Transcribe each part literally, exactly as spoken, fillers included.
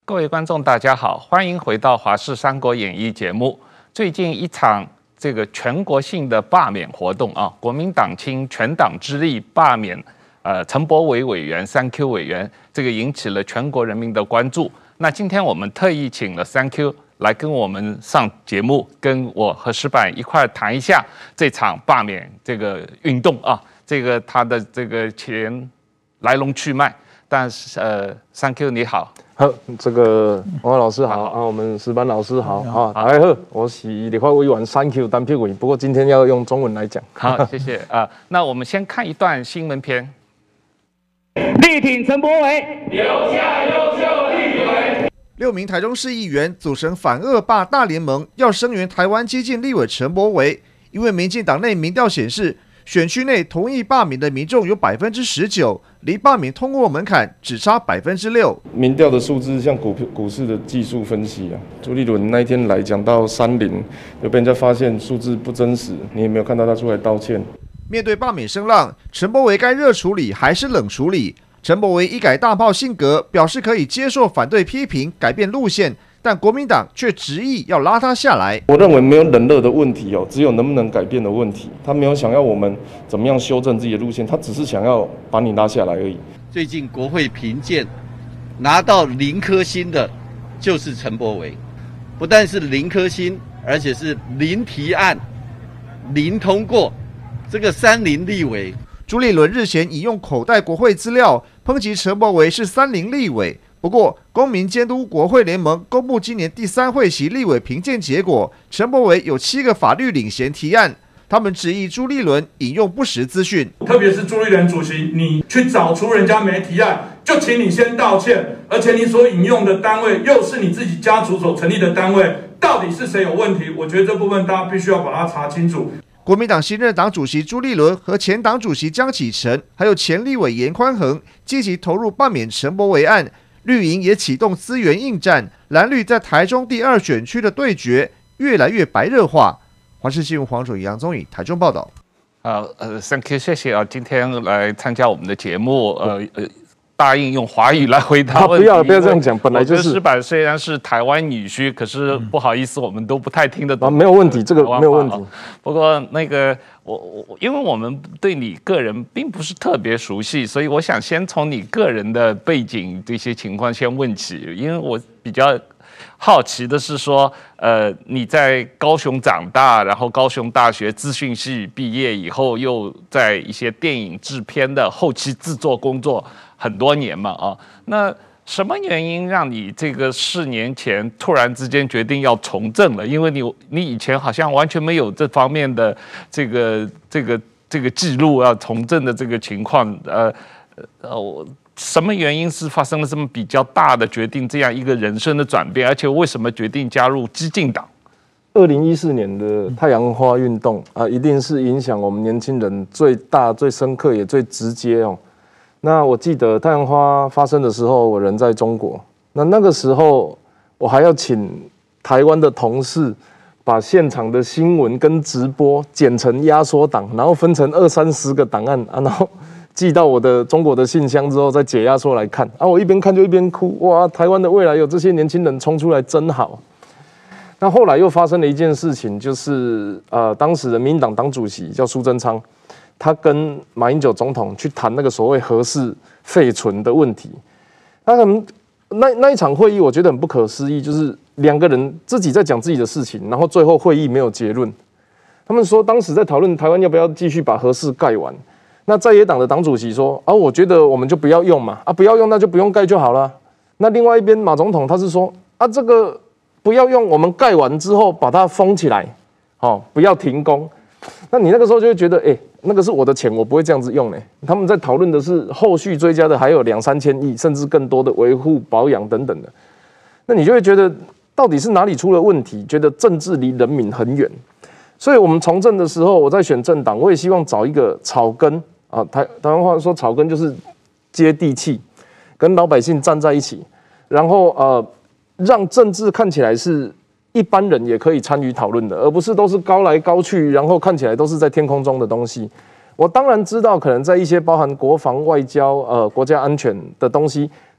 各位观众，大家好，欢迎回到《华视三国演义》节目。最近一场这个全国性的罢免活动啊，国民党倾全党之力罢免呃陈柏惟委员、三 Q 委员，这个引起了全国人民的关注。那今天我们特意请了三 Q 来跟我们上节目，跟我和石板一块谈一下这场罢免这个运动啊，这个它的这个前来龙去脉。但是呃，三 Q 你好。 好，这个王老师好啊，我们石板老师好啊，大家好，我是立法委员三 Q 单票委，不过今天要用中文来讲。 好，谢谢啊、呃。那我们先看一段新闻片。 力挺陈柏惟， 留下优秀立委。 六名台中市议员组成反恶霸大联盟，要声援台湾基进立委陈柏惟，因为民进党内民调显示，选区内同意罢免的民众有百分之十九，离罢免通过门槛只差百分之六。 民调的数字像股票股市的技术分析啊，朱立伦那一天来讲到三零，有被人家发现数字不真实，你也没有看到他出来道歉。 面对罢免声浪，陈柏惟该热处理还是冷处理？陈柏惟一改大炮性格，表示可以接受反对批评，改变路线。但国民党却执意要拉他下来。 我认为没有冷热的问题哦，只有能不能改变的问题。他没有想要我们怎么样修正自己的路线，他只是想要把你拉下来而已。 最近国会评鉴拿到零颗星的，就是陈柏惟，不但是零颗星，而且是零提案、零通过，这个三零立委。 朱立伦日前引用口袋国会资料抨击陈柏惟是三零立委。不过，公民监督国会联盟公布今年第三会期立委评鉴结果，陈柏惟有七个法律领衔提案，他们质疑朱立伦引用不实资讯。 特别是朱立伦主席，你去找出人家没提案，就请你先道歉，而且你所引用的单位又是你自己家族所成立的单位，到底是谁有问题？我觉得这部分大家必须要把它查清楚。 国民党新任党主席朱立伦和前党主席江启臣，还有前立委严宽恒，积极投入罢免陈柏惟案。绿营也启动资源应战，蓝绿在台中第二选区的对决越来越白热化。华视新闻黄楚、杨宗宇台中报道。 啊呃 ，Thank you， 谢谢啊，今天来参加我们的节目，呃呃。答应用华语来回答问题。 不要不要这样讲，本来就是。 石板虽然是台湾女婿，可是不好意思，我们都不太听得懂。 啊，没有问题，这个没有问题。 不过那个我我，因为我们对你个人并不是特别熟悉，所以我想先从你个人的背景这些情况先问起，因为我比较好奇的是说，呃，你在高雄长大，然后高雄大学资讯系毕业以后，又在一些电影制片的后期制作工作很多年嘛，啊，那什么原因让你这个四年前突然之间决定要从政了？因为你你以前好像完全没有这方面的这个这个这个记录要从政的这个情况，呃呃，我。什么原因是发生了这么比较大的决定，这样一个人生的转变？而且为什么决定加入基进党？ 二零一四年的太阳花运动啊，一定是影响我们年轻人最大、最深刻也最直接哦。那我记得太阳花发生的时候，我人在中国。那那个时候，我还要请台湾的同事把现场的新闻跟直播剪成压缩档，然后分成二三十个档案啊，然后寄到我的中国的信箱之后，再解压缩来看啊。我一边看就一边哭，哇！台湾的未来有这些年轻人冲出来真好。那后来又发生了一件事情，就是呃，当时的民进党党主席叫苏贞昌，他跟马英九总统去谈那个所谓核四废存的问题。他很那那一场会议，我觉得很不可思议，就是两个人自己在讲自己的事情，然后最后会议没有结论。他们说当时在讨论台湾要不要继续把核四盖完。那在野党的党主席说啊，我觉得我们就不要用嘛，啊不要用那就不用盖就好了。那另外一边马总统他是说啊，这个不要用，我们盖完之后把它封起来，哦，不要停工。那你那个时候就会觉得，哎、欸，那个是我的钱，我不会这样子用呢。他们在讨论的是后续追加的还有两三千亿，甚至更多的维护保养等等的。那你就会觉得到底是哪里出了问题？觉得政治离人民很远。所以我们从政的时候，我在选政党，我也希望找一个草根。啊，台台湾话说草根就是接地气，跟老百姓站在一起，然后呃，让政治看起来是一般人也可以参与讨论的，而不是都是高来高去，然后看起来都是在天空中的东西。我当然知道，可能在一些包含国防、外交、呃国家安全的东西，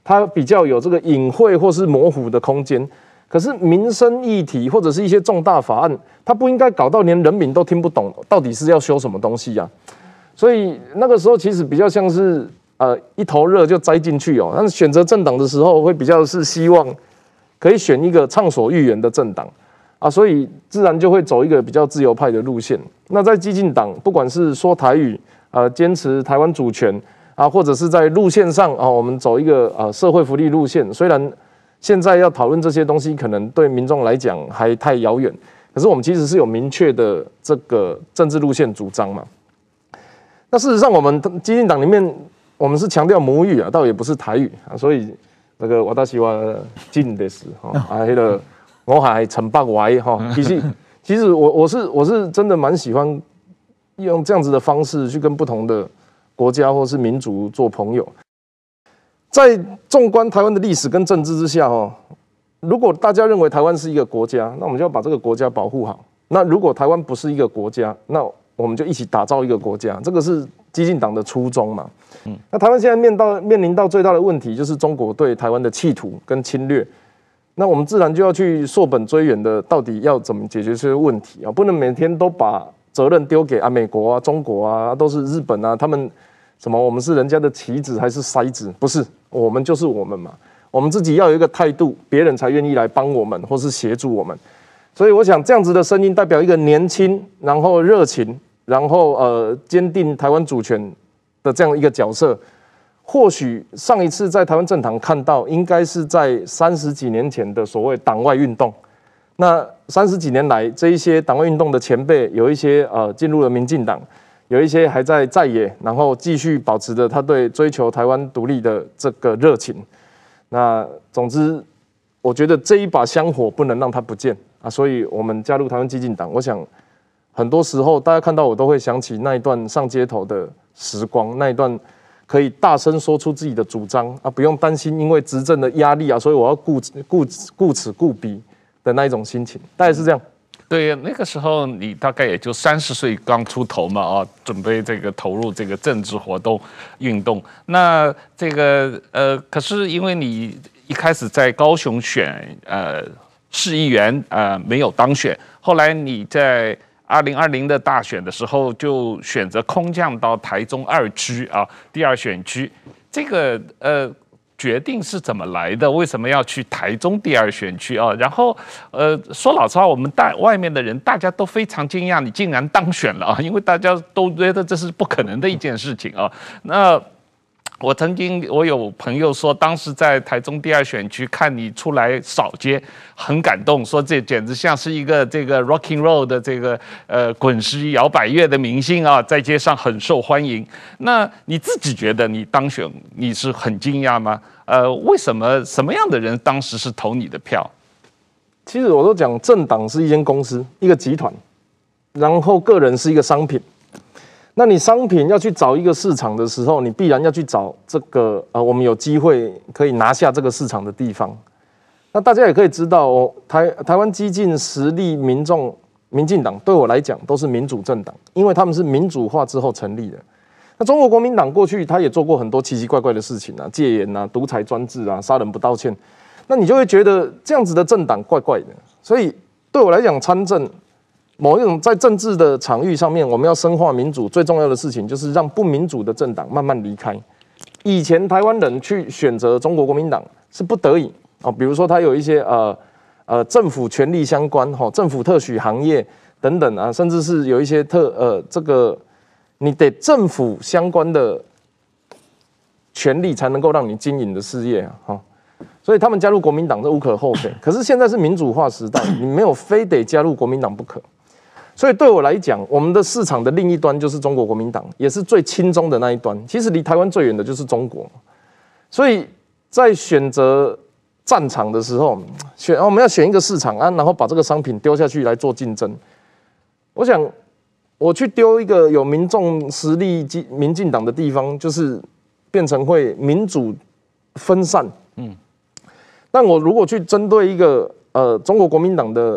它比较有这个隐晦或是模糊的空间。可是民生议题或者是一些重大法案，它不应该搞到连人民都听不懂到底是要修什么东西啊。所以那个时候其实比较像是呃一头热就栽进去哦。但是选择政党的时候，会比较是希望可以选一个畅所欲言的政党啊，所以自然就会走一个比较自由派的路线。那在基进党，不管是说台语，呃，坚持台湾主权啊，或者是在路线上啊，我们走一个呃社会福利路线，虽然现在要讨论这些东西，可能对民众来讲还太遥远。可是我们其实是有明确的这个政治路线主张嘛。那事实上，我们基进党里面，我们是强调母语啊，倒也不是台语啊。所以那个我大希望进的是哈，啊，那个我还陈百怀哈。其实其实我我是我是真的蛮喜欢用这样子的方式去跟不同的国家或是民族做朋友。在纵观台湾的历史跟政治之下，哈，如果大家认为台湾是一个国家，那我们就要把这个国家保护好。那如果台湾不是一个国家，那我们就一起打造一个国家，这个是基进党的初衷嘛。嗯，那台湾现在面到面临到最大的问题，就是中国对台湾的企图跟侵略。那我们自然就要去溯本追源的，到底要怎么解决这些问题啊？不能每天都把责任丢给啊美国啊、中国啊，都是日本啊，他们。什么？我们是人家的棋子还是筛子？不是，我们就是我们嘛。我们自己要有一个态度，别人才愿意来帮我们或是协助我们。所以我想，这样子的声音代表一个年轻，然后热情，然后呃坚定台湾主权的这样一个角色。或许上一次在台湾政坛看到，应该是在三十几年前的所谓党外运动。那三十几年来，这一些党外运动的前辈，有一些呃进入了民进党。有一些还在在野，然后继续保持着他对追求台湾独立的这个热情。那总之，我觉得这一把香火不能让它不见啊！所以我们加入台湾基进党，我想很多时候大家看到我都会想起那一段上街头的时光，那一段可以大声说出自己的主张啊，不用担心因为执政的压力啊，所以我要顾顾顾此顾彼的那一种心情，大概是这样。 对，那个时候你大概也就三十岁刚出头嘛，啊，准备这个投入这个政治活动、运动。那这个呃，可是因为你一开始在高雄选呃市议员，呃没有当选，后来你在二零二零的大选的时候就选择空降到台中二区啊，第二选区。这个呃。决定是怎么来的？为什么要去台中第二选区啊？然后，呃，说老实话，我们大外面的人大家都非常惊讶，你竟然当选了啊！因为大家都觉得这是不可能的一件事情啊。那我曾经我有朋友说，当时在台中第二选区看你出来扫街，很感动，说这简直像是一个这个 rocking roll 的这个呃滚石摇摆乐的明星啊，在街上很受欢迎。那你自己觉得你当选，你是很惊讶吗？呃，为什么什么样的人当时是投你的票？ 其实我都讲，政党是一间公司，一个集团，然后个人是一个商品。那你商品要去找一个市场的时候，你必然要去找这个呃，我们有机会可以拿下这个市场的地方。那大家也可以知道，哦、台台湾基进实力民众民进党对我来讲都是民主政党，因为他们是民主化之后成立的。那中国国民党过去他也做过很多奇奇怪怪的事情啊，戒严啊、独裁专制啊、杀人不道歉，那你就会觉得这样子的政党怪怪的。所以对我来讲，参政。某一种在政治的场域上面，我们要深化民主，最重要的事情就是让不民主的政党慢慢离开。以前台湾人去选择中国国民党是不得已哦，比如说他有一些呃呃政府权力相关哈、哦，政府特许行业等等啊，甚至是有一些特呃这个你得政府相关的权利才能够让你经营的事业啊哈。哦所以他们加入国民党这无可厚非，可是现在是民主化时代，你没有非得加入国民党不可。所以对我来讲，我们的市场的另一端就是中国国民党，也是最亲中的那一端。其实离台湾最远的就是中国。所以在选择战场的时候，选我们要选一个市场啊，然后把这个商品丢下去来做竞争。我想，我去丢一个有民众实力民进党的地方，就是变成会民主分散。嗯。但我如果去针对一个呃中国国民党的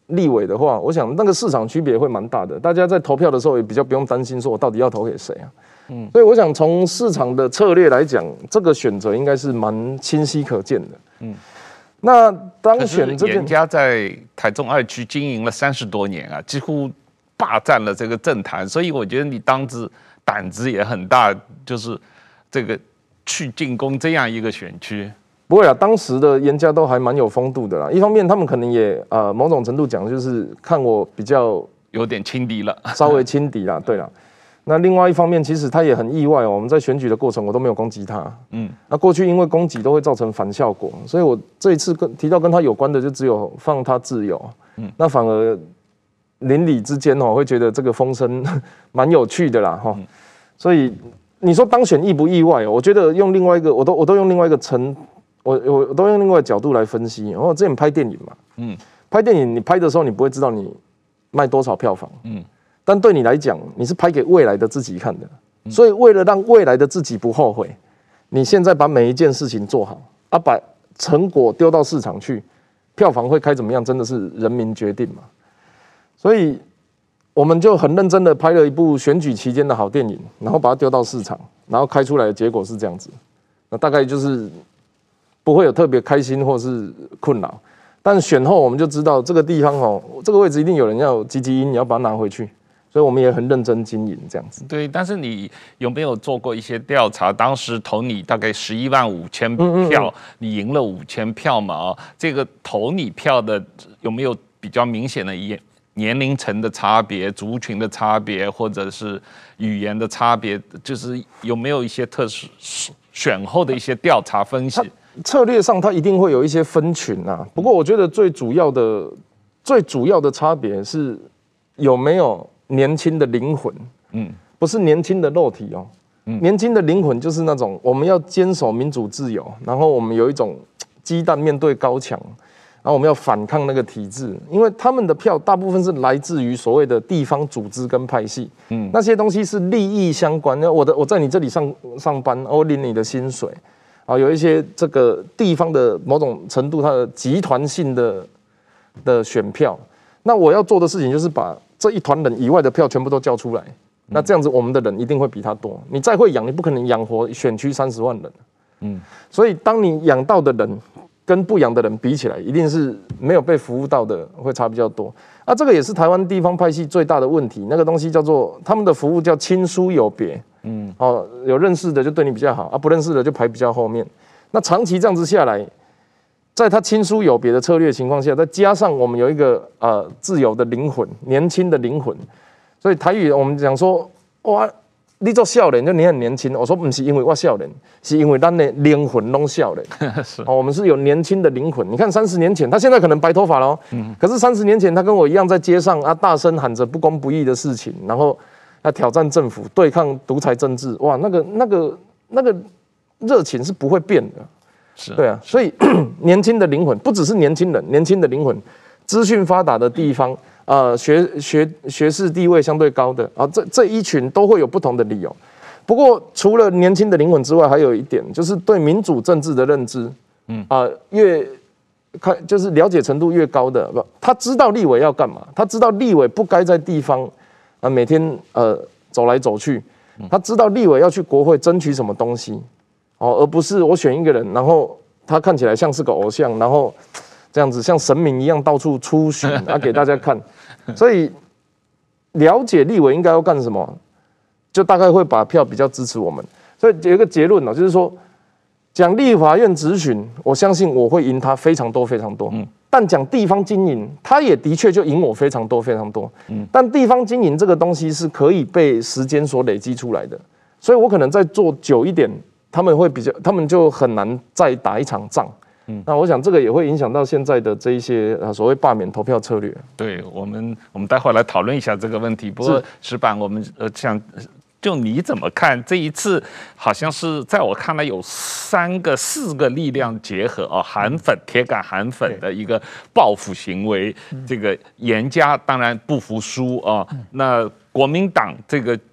立委的话，我想那个市场区别会蛮大的，大家在投票的时候也比较不用担心说我到底要投给谁啊。嗯，所以我想从市场的策略来讲，这个选择应该是蛮清晰可见的。嗯，那当选这件， 严家在台中二区经营了三十多年啊，几乎霸占了这个政坛，所以我觉得你当时胆子也很大，就是这个去进攻这样一个选区。 不会啊，当时的严家都还蛮有风度的啦。一方面他们可能也呃某种程度讲，就是看我比较有点轻敌了， 稍微轻敌啦，对啦。那另外一方面，其实他也很意外哦。我们在选举的过程，我都没有攻击他。嗯，那过去因为攻击都会造成反效果，所以我这一次跟提到跟他有关的，就只有放他自由。嗯，那反而邻里之间哦，会觉得这个风声蛮有趣的啦，哈。嗯、所以你说当选意不意外哦？我觉得用另外一个，我都我都用另外一个层，我我我都用另外一个角度来分析。然后之前拍电影嘛，嗯，拍电影你拍的时候，你不会知道你卖多少票房，嗯。但对你来讲，你是拍给未来的自己看的，所以为了让未来的自己不后悔，你现在把每一件事情做好，啊，把成果丢到市场去，票房会开怎么样，真的是人民决定嘛。所以我们就很认真的拍了一部选举期间的好电影，然后把它丢到市场，然后开出来的结果是这样子，那大概就是不会有特别开心或是困扰。但选后我们就知道这个地方哦，这个位置一定有人要积极因，你要把它拿回去。所以我们也很认真经营这样子。 对，但是你有没有做过一些调查？当时投你大概十一万五千票，嗯嗯你赢了五千票嘛？啊，这个投你票的有没有比较明显的年龄层的差别、族群的差别，或者是语言的差别？就是有没有一些特殊选后的一些调查分析？ 策略上它一定会有一些分群啊。不过我觉得最主要的、最主要的差别是有没有年轻的灵魂，嗯，不是年轻的肉体哦，嗯，年轻的灵魂就是那种我们要坚守民主自由，然后我们有一种鸡蛋面对高墙，然后我们要反抗那个体制，因为他们的票大部分是来自于所谓的地方组织跟派系，嗯，那些东西是利益相关的，我的我在你这里上上班，我领你的薪水，啊，有一些这个地方的某种程度它的集团性的的选票，那我要做的事情就是把这一团人以外的票全部都叫出来，那这样子我们的人一定会比他多。你再会养，你不可能养活选区三十万人，嗯，所以当你养到的人跟不养的人比起来，一定是没有被服务到的会差比较多。啊，这个也是台湾地方派系最大的问题，那个东西叫做他们的服务叫亲疏有别，嗯，哦，有认识的就对你比较好，啊，不认识的就排比较后面。那长期这样子下来，在他亲疏有别的策略情况下，再加上我们有一个呃自由的灵魂、年轻的灵魂，所以台语我们讲说，哇，你做少年就你很年轻。我说不是因为我少年，是因为咱的灵魂拢少年。哦，我们是有年轻的灵魂。你看三十年前，他现在可能白头发了，嗯，可是三十年前他跟我一样在街上啊，大声喊着不公不义的事情，然后要挑战政府、对抗独裁政治。哇，那个那个那个热情是不会变的。是对啊，所以年轻的灵魂不只是年轻人，年轻的灵魂，资讯发达的地方，呃，学学学士地位相对高的啊，这这一群都会有不同的理由。不过除了年轻的灵魂之外，还有一点就是对民主政治的认知，嗯啊、呃，越看就是了解程度越高的，不，他知道立委要干嘛，他知道立委不该在地方啊、呃、每天呃走来走去，他知道立委要去国会争取什么东西。哦，而不是我选一个人，然后他看起来像是个偶像，然后这样子像神明一样到处出巡啊给大家看。所以了解立委应该要干什么，就大概会把票比较支持我们。所以有一个结论呢，就是说讲立法院质询，我相信我会赢他非常多非常多。嗯，但讲地方经营，他也的确就赢我非常多非常多。嗯，但地方经营这个东西是可以被时间所累积出来的，所以我可能再做久一点。他们会比较，他们就很难再打一场仗。嗯，那我想这个也会影响到现在的这一些呃所谓罢免投票策略。 对我们，我们待会儿来讨论一下这个问题。不过石板，我们呃想，就你怎么看这一次？好像是在我看来有三个、四个力量结合啊，韩粉、铁杆韩粉的一个报复行为。这个严家当然不服输啊，那国民党这个。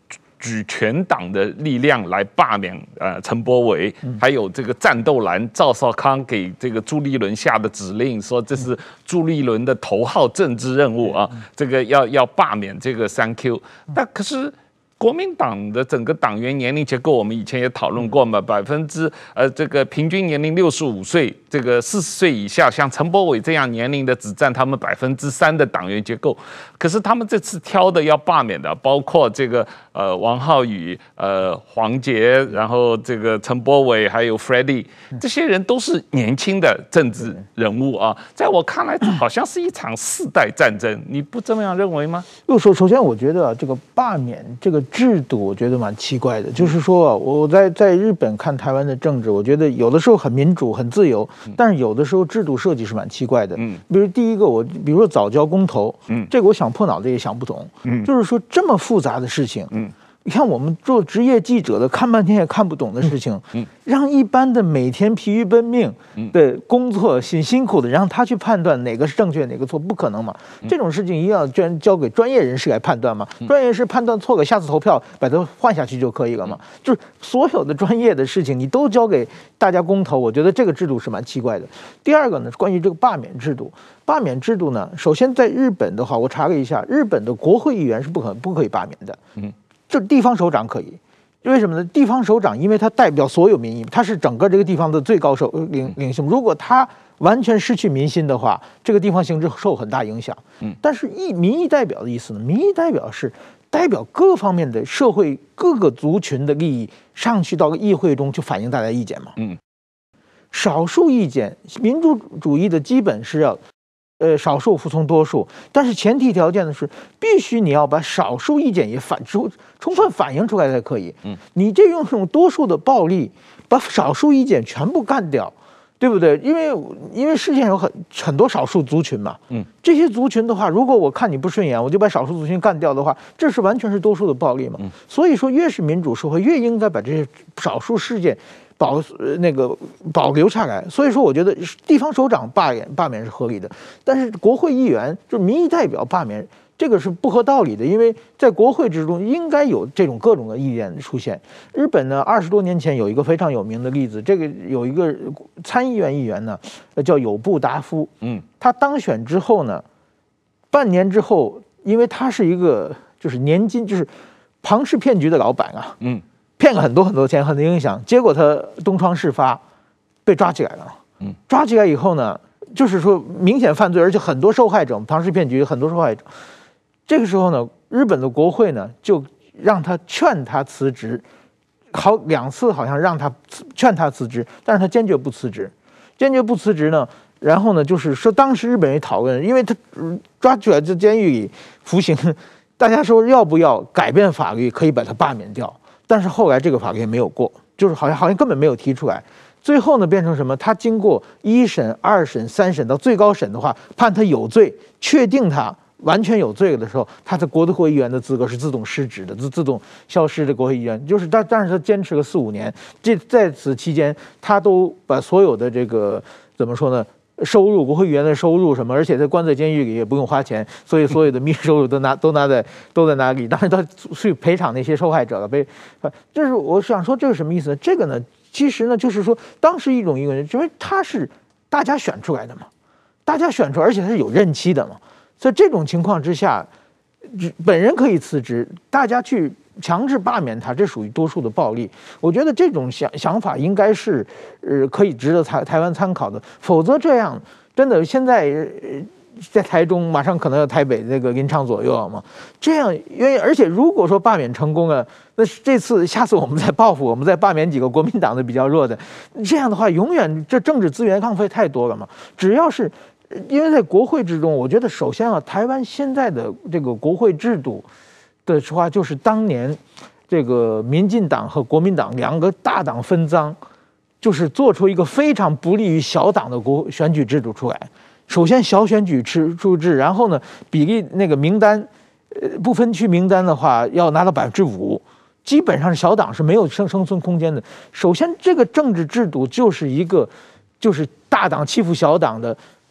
举全党的力量来罢免呃陈柏惟，还有这个战斗蓝赵少康给这个朱立伦下的指令，说这是朱立伦的头号政治任务啊，这个要要罢免这个三 Q， 但可是。国民党的整个党员年龄结构，我们以前也讨论过嘛，百分之呃这个平均年龄六十五岁，这个四十岁以下，像陈柏惟这样年龄的只占他们百分之三的党员结构。可是他们这次挑的要罢免的，包括这个呃王浩宇、呃黄捷，然后这个陈柏惟，还有 Freddie， 这些人都是年轻的政治人物啊，在我看来，好像是一场世代战争，你不这么样认为吗？ 首首先，我觉得这个罢免这个制度，我觉得蛮奇怪的。就是说，我在在日本看台湾的政治，我觉得有的时候很民主、很自由，但是有的时候制度设计是蛮奇怪的。嗯，比如第一个，我比如说早教公投，嗯，这个我想破脑子也想不懂。嗯，就是说这么复杂的事情，嗯。你看，我们做职业记者的，看半天也看不懂的事情，嗯，让一般的每天疲于奔命的工作辛辛苦的，让他去判断哪个是正确，哪个错，不可能嘛？这种事情一定要交交给专业人士来判断嘛？专业人士判断错了，下次投票把它换下去就可以了嘛？就是所有的专业的事情，你都交给大家公投，我觉得这个制度是蛮奇怪的。第二个呢，是关于这个罢免制度。罢免制度呢，首先在日本的话，我查了一下，日本的国会议员是不可不可以罢免的。嗯。就地方首长可以，为什么呢？地方首长因为他代表所有民意，他是整个这个地方的最高首领领袖。如果他完全失去民心的话，这个地方行政受很大影响。嗯，但是议民意代表的意思呢？民意代表是代表各方面的社会各个族群的利益上去到议会中去反映大家意见嘛。嗯，少数意见，民主主义的基本是要。呃，少数服从多数，但是前提条件呢是，必须你要把少数意见也反出充分反映出来才可以。嗯，你这用这种多数的暴力把少数意见全部干掉，对不对？因为因为世界上有很很多少数族群嘛。嗯，这些族群的话，如果我看你不顺眼，我就把少数族群干掉的话，这是完全是多数的暴力嘛。嗯，所以说，越是民主社会，越应该把这些少数事件。保那个保留下来，所以说我觉得地方首长罢免罢免是合理的，但是国会议员就是民意代表罢免，这个是不合道理的，因为在国会之中应该有这种各种的意见出现。日本呢，二十多年前有一个非常有名的例子，这个有一个参议院议员呢，叫有部达夫，嗯，他当选之后呢，半年之后，因为他是一个就是年金就是庞氏骗局的老板啊，嗯。骗了很多很多钱，很多影响，结果他东窗事发，被抓起来了。嗯，抓起来以后呢，就是说明显犯罪，而且很多受害者，庞氏骗局很多受害者。这个时候呢，日本的国会呢就让他劝他辞职，好两次好像让他劝他辞职，但是他坚决不辞职，坚决不辞职呢。然后呢，就是说当时日本人讨论，因为他抓起来在监狱里服刑，大家说要不要改变法律，可以把他罢免掉。但是后来这个法律也没有过，就是好像好像根本没有提出来。最后呢，变成什么？他经过一审、二审、三审到最高审的话，判他有罪，确定他完全有罪的时候，他的国会议员的资格是自动失职的，自自动消失的国会议员。就是他，但是他坚持了四五年，这在此期间，他都把所有的这个怎么说呢？收入，国会议员的收入什么，而且他关在监狱里也不用花钱，所以所有的秘书收入都拿都拿在都在哪里？当然他去赔偿那些受害者了。被，这是我想说这是什么意思呢？这个呢，其实呢就是说，当时一种一个人，因为他是大家选出来的嘛，大家选出来，而且他是有任期的嘛，在这种情况之下，本人可以辞职，大家去强制罢免他，这属于多数的暴力。我觉得这种想想法应该是，呃，可以值得台台湾参考的。否则这样真的现在、呃、在台中，马上可能要台北那个林场左右了嘛。这样，因为而且如果说罢免成功了，那这次下次我们再报复，我们再罢免几个国民党的比较弱的，这样的话，永远这政治资源浪费太多了嘛。只要是因为在国会之中，我觉得首先啊，台湾现在的这个国会制度。的话，就是当年这个民进党和国民党两个大党分赃，就是做出一个非常不利于小党的国选举制度出来。首先小选举制制，然后呢，比例那个名单，呃，不分区名单的话要拿到百分之五，基本上小党是没有生生存空间的。首先，这个政治制度就是一个，就是大党欺负小党的。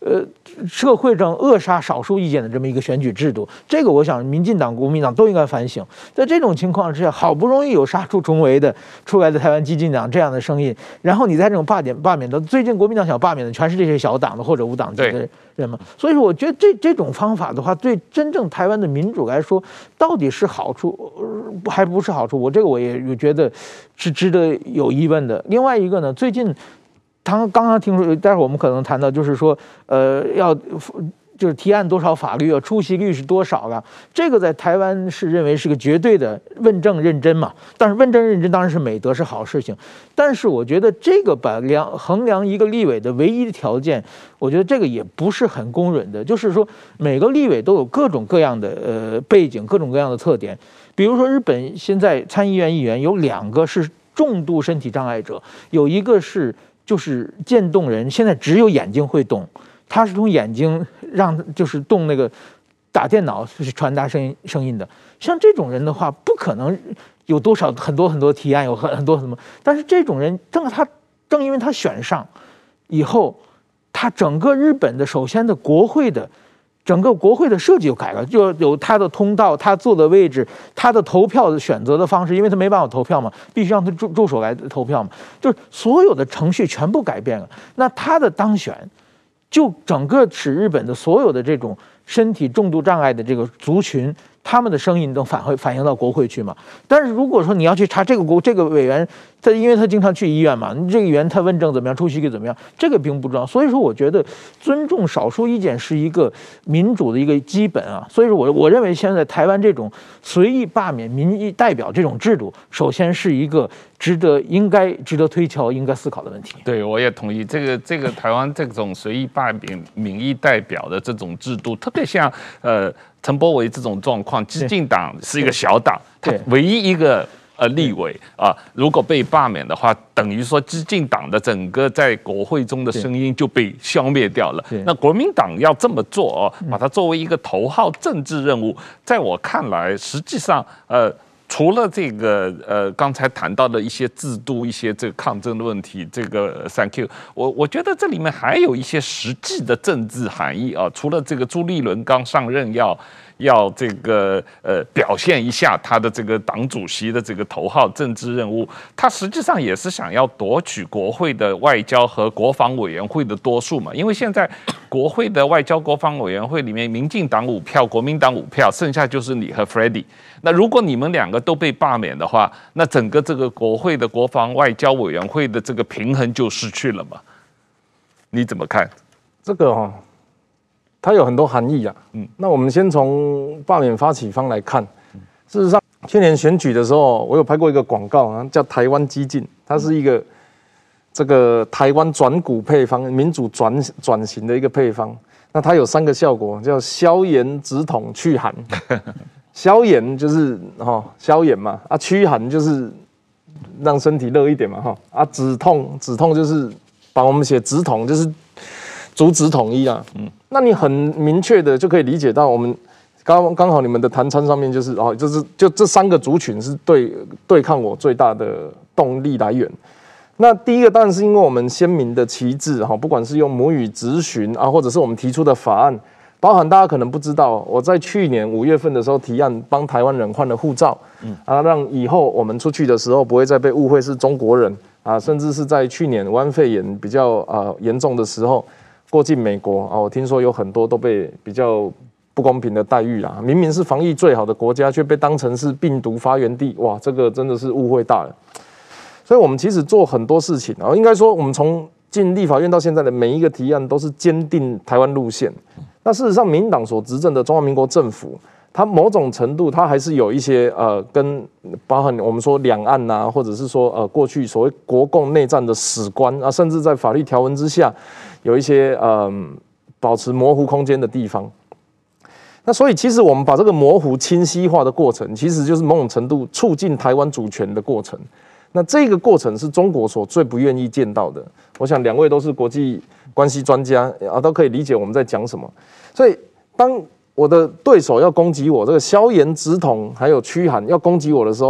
呃，社会上扼杀少数意见的这么一个选举制度，这个我想民进党、国民党都应该反省。在这种情况之下，好不容易有杀出重围的出来的台湾基进党这样的声音，然后你在这种罢免罢免的，最近国民党想罢免的全是这些小党的或者无党籍的人嘛，所以说我觉得这这种方法的话，对真正台湾的民主来说，到底是好处还不是好处？我这个我也觉得是值得有疑问的。另外一个呢，最近。他刚刚听说，待会儿我们可能谈到，就是说，呃，要就是提案多少法律啊，出席率是多少了？这个在台湾是认为是个绝对的问政认真嘛。但是问政认真当然是美德，是好事情。但是我觉得这个把量衡量一个立委的唯一的条件，我觉得这个也不是很公允的。就是说，每个立委都有各种各样的呃背景，各种各样的特点。比如说，日本现在参议院议员有两个是重度身体障碍者，有一个是。就是渐冻人，现在只有眼睛会动，他是从眼睛让就是动那个打电脑是传达声音声音的。像这种人的话，不可能有多少很多很多提案，有很很多什么。但是这种人正他正因为他选上以后，他整个日本的首先的国会的。整个国会的设计就改了，就有他的通道，他坐的位置，他的投票的选择的方式，因为他没办法投票嘛，必须让他助助手来投票嘛，就是所有的程序全部改变了。那他的当选，就整个使日本的所有的这种身体重度障碍的这个族群，他们的声音都反会反映到国会去嘛。但是如果说你要去查这个国这个委员，他因为他经常去医院嘛，你这个议员他问政怎么样，出席率怎么样，这个并不重要。所以说，我觉得尊重少数意见是一个民主的一个基本啊。所以说我我认为现在台湾这种随意罢免民意代表这种制度，首先是一个值得应该值得推敲、应该思考的问题。 对，我也同意这个这个台湾这种随意罢免民意代表的这种制度，特别像呃陈柏惟这种状况，基进党是一个小党，他唯一一个。呃，立委啊，如果被罢免的话，等于说基进党的整个在国会中的声音就被消灭掉了。那国民党要这么做哦，把它作为一个头号政治任务，在我看来，实际上呃。除了这个呃，刚才谈到的一些制度、一些这个抗争的问题，这个 Thank you， 我我觉得这里面还有一些实际的政治含义啊。除了这个朱立伦刚上任要要这个呃表现一下他的这个党主席的这个头号政治任务，他实际上也是想要夺取国会的外交和国防委员会的多数嘛。因为现在国会的外交国防委员会里面，民进党五票，国民党五票，剩下就是你和 Freddie。那如果你们两个都被罢免的话，那整个这个国会的国防外交委员会的这个平衡就失去了嘛？你怎么看？ 这个哈、哦，它有很多含义啊。嗯，那我们先从罢免发起方来看。事实上，去年选举的时候，我有拍过一个广告啊，叫台湾基进，它是一个这个台湾转股配方、民主转转型的一个配方。那它有三个效果，叫消炎、止痛、祛寒。消炎就是哈、哦、消炎嘛，啊驱寒就是让身体热一点嘛哈，啊止痛止痛就是把我们写止痛就是阻止统一啊，嗯，那你很明确的就可以理解到我们刚刚好你们的谈餐上面就是哦就是就这三个族群是对对抗我最大的动力来源。那第一个当然是因为我们鲜明的旗帜哈，不管是用母语质询啊，或者是我们提出的法案。包含大家可能不知道，我在去年五月份的时候提案帮台湾人换了护照，嗯啊，让以后我们出去的时候不会再被误会是中国人啊，甚至是在去年武汉肺炎比较啊严重的时候，过境美国啊，我听说有很多都被比较不公平的待遇啦，明明是防疫最好的国家，却被当成是病毒发源地，哇，这个真的是误会大了。所以我们其实做很多事情啊，应该说我们从进立法院到现在的每一个提案都是坚定台湾路线。那事实上，民进党所执政的中华民国政府，它某种程度它还是有一些呃，跟包含我们说两岸呐、啊，或者是说呃过去所谓国共内战的史观啊，甚至在法律条文之下有一些呃保持模糊空间的地方。那所以其实我们把这个模糊清晰化的过程，其实就是某种程度促进台湾主权的过程。那这个过程是中国所最不愿意见到的。我想两位都是国际关系专家啊，都可以理解我们在讲什么。所以当我的对手要攻击我，这个消炎止痛还有驱寒要攻击我的时候，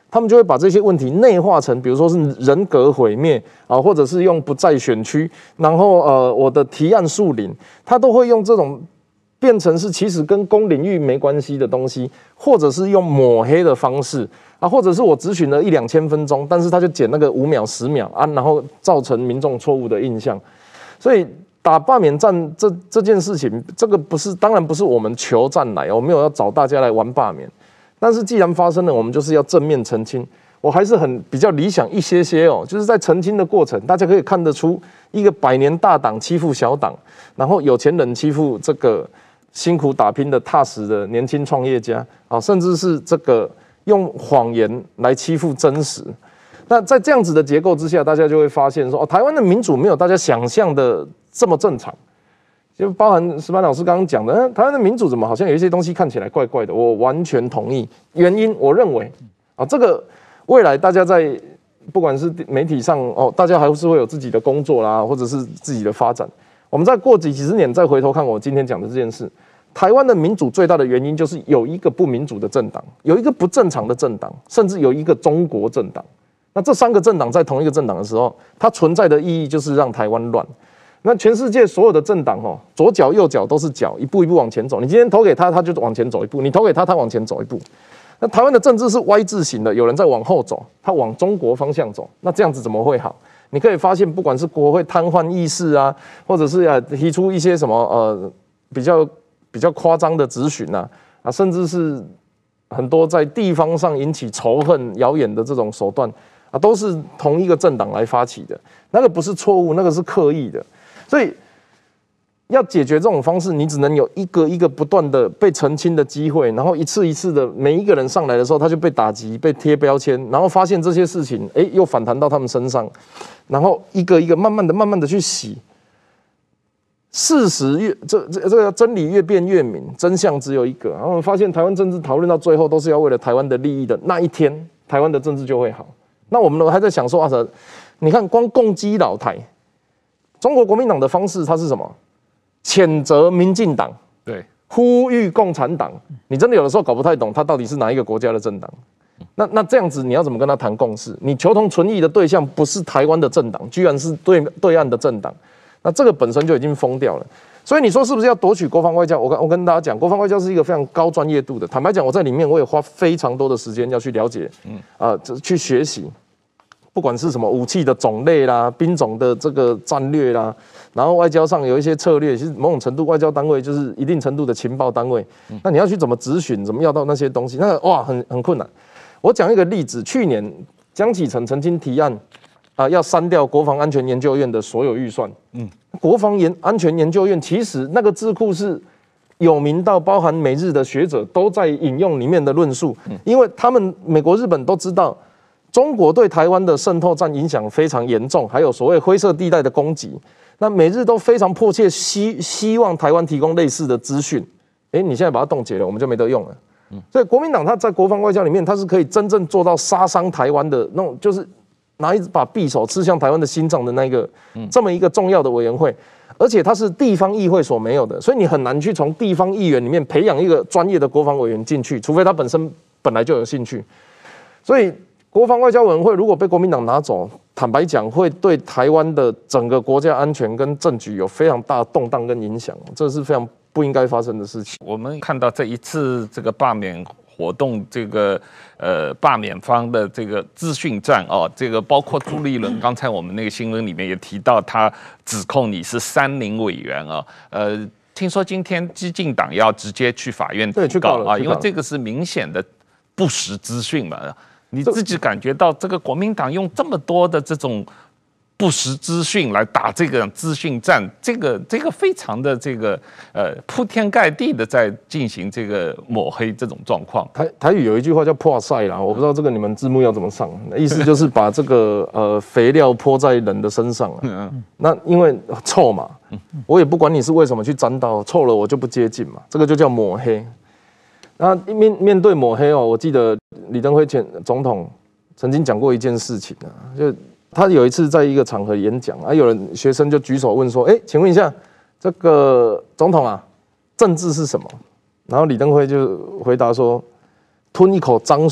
他们就会把这些问题内化成，比如说是人格毁灭啊，或者是用不在选区，然后呃我的提案树林，他都会用这种变成是其实跟公领域没关系的东西，或者是用抹黑的方式啊，或者是我咨询了一两千分钟，但是他就剪那个五秒十秒啊，然后造成民众错误的印象，所以。打罢免战这这件事情，这个不是当然不是我们求战来，我没有要找大家来玩罢免，但是既然发生了，我们就是要正面澄清。我还是很比较理想一些些哦，就是在澄清的过程，大家可以看得出一个百年大党欺负小党，然后有钱人欺负这个辛苦打拼的踏实的年轻创业家啊，甚至是这个用谎言来欺负真实。那在这样子的结构之下，大家就会发现说，哦，台湾的民主没有大家想象的这么正常，就包含石斑老师刚刚讲的，嗯，台湾的民主怎么好像有一些东西看起来怪怪的？我完全同意。原因，我认为啊，这个未来大家在不管是媒体上哦，大家还是会有自己的工作啦，或者是自己的发展。我们再过几几十年再回头看我今天讲的这件事，台湾的民主最大的原因就是有一个不民主的政党，有一个不正常的政党，甚至有一个中国政党。那这三个政党在同一个政党的时候，它存在的意义就是让台湾乱。那全世界所有的政党哦，左脚右脚都是脚，一步一步往前走。你今天投给他，他就往前走一步；你投给他，他往前走一步。那台湾的政治是 Y 字形的，有人在往后走，他往中国方向走。那这样子怎么会好？你可以发现，不管是国会瘫痪议事啊，或者是啊提出一些什么呃比较比较夸张的质询啊啊，甚至是很多在地方上引起仇恨、谣言的这种手段。啊，都是同一个政党来发起的，那个不是错误，那个是刻意的，所以要解决这种方式，你只能有一个一个不断的被澄清的机会，然后一次一次的每一个人上来的时候，他就被打击、被贴标签，然后发现这些事情，哎，又反弹到他们身上，然后一个一个慢慢的、慢慢的去洗。事实越这这这个真理越辩越明，真相只有一个。然后我们发现台湾政治讨论到最后都是要为了台湾的利益的那一天，台湾的政治就会好。那我们还在想说啊，你看光攻击老台，中国国民党的方式它是什么？谴责民进党， 对， 呼吁共产党。你真的有的时候搞不太懂，他到底是哪一个国家的政党？那那这样子你要怎么跟他谈共识？你求同存异的对象不是台湾的政党，居然是对对岸的政党，那这个本身就已经疯掉了。所以你说是不是要夺取国防外交？我跟我跟大家讲，国防外交是一个非常高专业度的。坦白讲，我在里面我也花非常多的时间要去了解，嗯啊、呃，去学习。不管是什么武器的种类啦、兵种的这个战略啦，然后外交上有一些策略，其实某种程度外交单位就是一定程度的情报单位。那你要去怎么质询，怎么要到那些东西，那哇很很困难。我讲一个例子，去年江启臣曾经提案啊、呃，要删掉国防安全研究院的所有预算。嗯，国防研安全研究院其实那个智库是有名到包含美日的学者都在引用里面的论述，因为他们美国、日本都知道。中国对台湾的渗透战影响非常严重，还有所谓灰色地带的攻击。那美日都非常迫切希希望台湾提供类似的资讯。哎，你现在把它冻结了，我们就没得用了。所以国民党他在国防外交里面，他是可以真正做到杀伤台湾的那种，就是拿一把匕首刺向台湾的心脏的那个这么一个重要的委员会，而且它是地方议会所没有的，所以你很难去从地方议员里面培养一个专业的国防委员进去，除非他本身本来就有兴趣。所以。国防外交委员会如果被国民党拿走，坦白讲，会对台湾的整个国家安全跟政局有非常大的动荡跟影响，这是非常不应该发生的事情。 我们看到这一次这个罢免活动，这个呃罢免方的这个资讯战哦，这个包括朱立伦，刚才我们那个新闻里面也提到，他指控你是三零委员啊，呃，听说今天激进党要直接去法院提告啊，因为这个是明显的不实资讯嘛。你自己感觉到这个国民党用这么多的这种不实资讯来打这个资讯战，这个这个非常的这个呃铺天盖地的在进行这个抹黑这种状况。 台台语有一句话叫破晒啦，我不知道这个你们字幕要怎么上，意思就是把这个呃肥料泼在人的身上了。那因为臭嘛，我也不管你是为什么去沾到，臭了我就不接近嘛，这个就叫抹黑。那面面对抹黑哦，我记得李登辉前总统曾经讲过一件事情啊，就他有一次在一个场合演讲啊，有人学生就举手问说：“哎，请问一下，这个总统啊，政治是什么？”然后李登辉就回答说：“吞一口脏水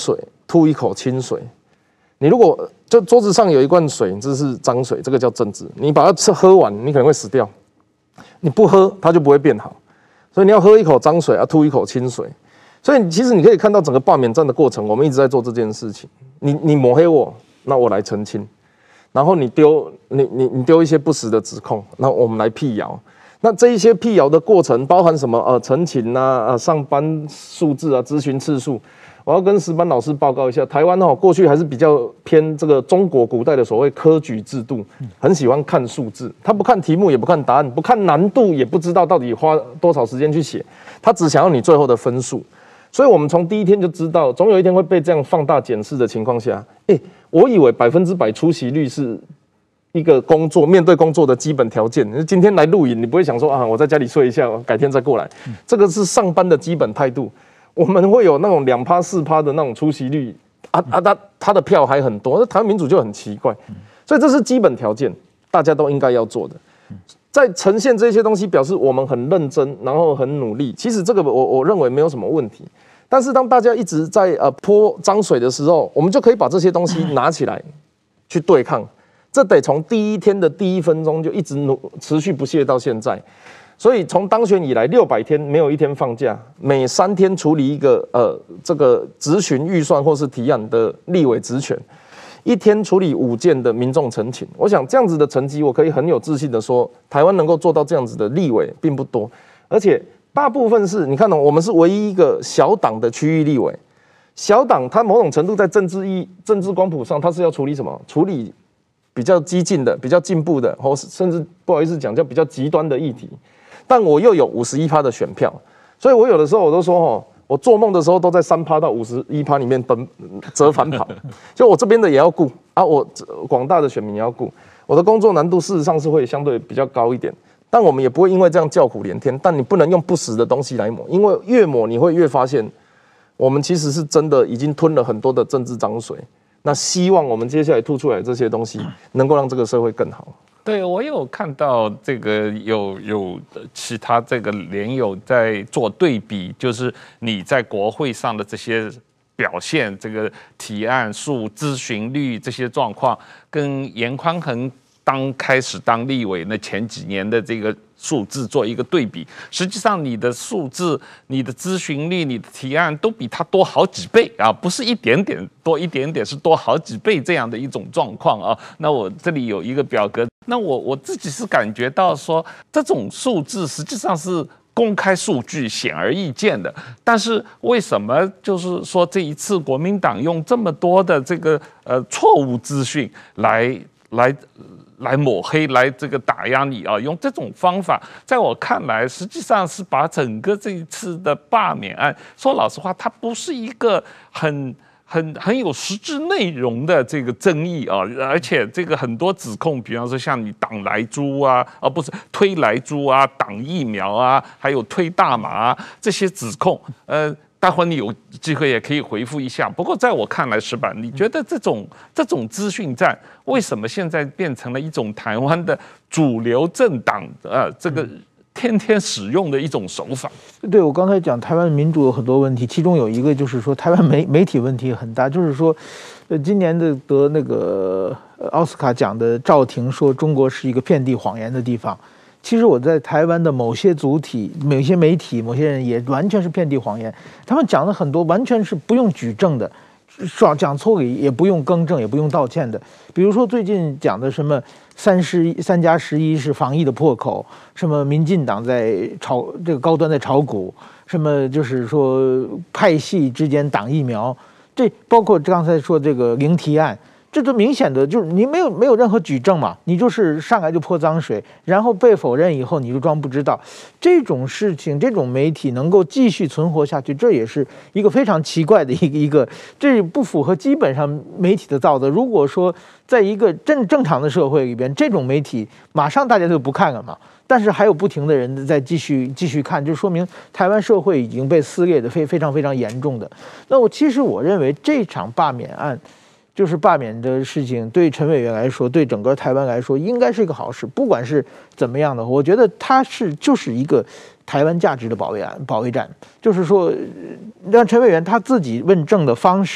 吐一口清水。你如果就桌子上有一罐水，这是脏水，这个叫政治。你把它吃喝完，你可能会死掉。你不喝，它就不会变好。所以你要喝一口脏水，啊，吐一口清水。所以其实你可以看到整个罢免战的过程，我们一直在做这件事情。你你抹黑我，那我来澄清。然后你丢你你你丢一些不实的指控，那我们来辟谣。那这一些辟谣的过程包含什么？呃，陈情啊，呃，上班数字啊，咨询次数。我要跟石班老师报告一下，台湾哦，过去还是比较偏这个中国古代的所谓科举制度，很喜欢看数字，他不看题目，也不看答案，不看难度，也不知道到底花多少时间去写，他只想要你最后的分数。所以我们从第一天就知道，总有一天会被这样放大检视的情况下，哎，我以为百分之百出席率是一个工作面对工作的基本条件。今天来录影，你不会想说啊，我在家里睡一下，改天再过来，这个是上班的基本态度。我们会有那种两趴四趴的那种出席率啊啊，他他的票还很多，那台湾民主就很奇怪，所以这是基本条件，大家都应该要做的。在呈现这些东西，表示我们很认真，然后很努力。其实这个我我认为没有什么问题，但是当大家一直在呃泼脏水的时候，我们就可以把这些东西拿起来去对抗。这得从第一天的第一分钟就一直努持续不懈到现在。所以从当选以来，六百天没有一天放假，每三天处理一个呃这个质询预算或是提案的立委职权，一天处理五件的民众陈情。我想这样子的成绩，我可以很有自信的说，台湾能够做到这样子的立委并不多，而且大部分是你看哦，我们是唯一一个小党的区域立委，小党它某种程度在政治意政治光谱上，它是要处理什么？处理比较激进的、比较进步的，或甚至不好意思讲叫比较极端的议题。但我又有五十一趴的选票，所以我有的时候我都说哦，我做梦的时候都在三趴到五十一趴里面奔折返跑，就我这边的也要顾啊，我广大的选民也要顾，我的工作难度事实上是会相对比较高一点，但我们也不会因为这样叫苦连天。但你不能用不实的东西来抹，因为越抹你会越发现，我们其实是真的已经吞了很多的政治脏水。那希望我们接下来吐出来这些东西，能够让这个社会更好。 对，我有看到这个有有其他这个联友在做对比，就是你在国会上的这些表现，这个提案数、咨询率这些状况，跟严宽恒当开始当立委那前几年的这个数字做一个对比，实际上你的数字、你的咨询率、你的提案都比他多好几倍啊，不是一点点多一点点，是多好几倍这样的一种状况啊。那我这里有一个表格，那我我自己是感觉到说，这种数字实际上是公开数据，显而易见的。但是为什么就是说这一次国民党用这么多的这个呃错误资讯来来？来抹黑，来这个打压你啊！用这种方法，在我看来，实际上是把整个这一次的罢免案，说老实话，它不是一个很很很有实质内容的这个争议啊，而且这个很多指控，比方说像你挡莱猪啊，而、啊、不是推莱猪啊，挡疫苗啊，还有推大麻、啊、这些指控，呃。待会你有机会也可以回复一下。不过在我看来，石板，你觉得这种这种资讯战为什么现在变成了一种台湾的主流政党呃这个天天使用的一种手法？ 对，我刚才讲台湾民主有很多问题，其中有一个就是说台湾媒媒体问题很大，就是说，呃，今年的得那个奥斯卡奖的赵婷说中国是一个遍地谎言的地方。其实我在台湾的某些组体、某些媒体、某些人也完全是遍地谎言，他们讲的很多完全是不用举证的，说讲错也也不用更正，也不用道歉的。比如说最近讲的什么三十一三加十一是防疫的破口，什么民进党在炒这个高端在炒股，什么就是说派系之间挡疫苗，这包括刚才说这个零提案。这都明显的就是你没有没有任何举证嘛，你就是上来就泼脏水，然后被否认以后你就装不知道。这种事情，这种媒体能够继续存活下去，这也是一个非常奇怪的一个一个，这不符合基本上媒体的道德。如果说在一个正正常的社会里边，这种媒体马上大家就不看了嘛。但是还有不停的人在继续继续看，就说明台湾社会已经被撕裂的非非常非常严重的。那我其实我认为这场罢免案。就是罢免的事情，对陈委员来说，对整个台湾来说，应该是一个好事。不管是怎么样的，我觉得它是就是一个台湾价值的保卫案、保卫战。就是说，让陈委员他自己问政的方式，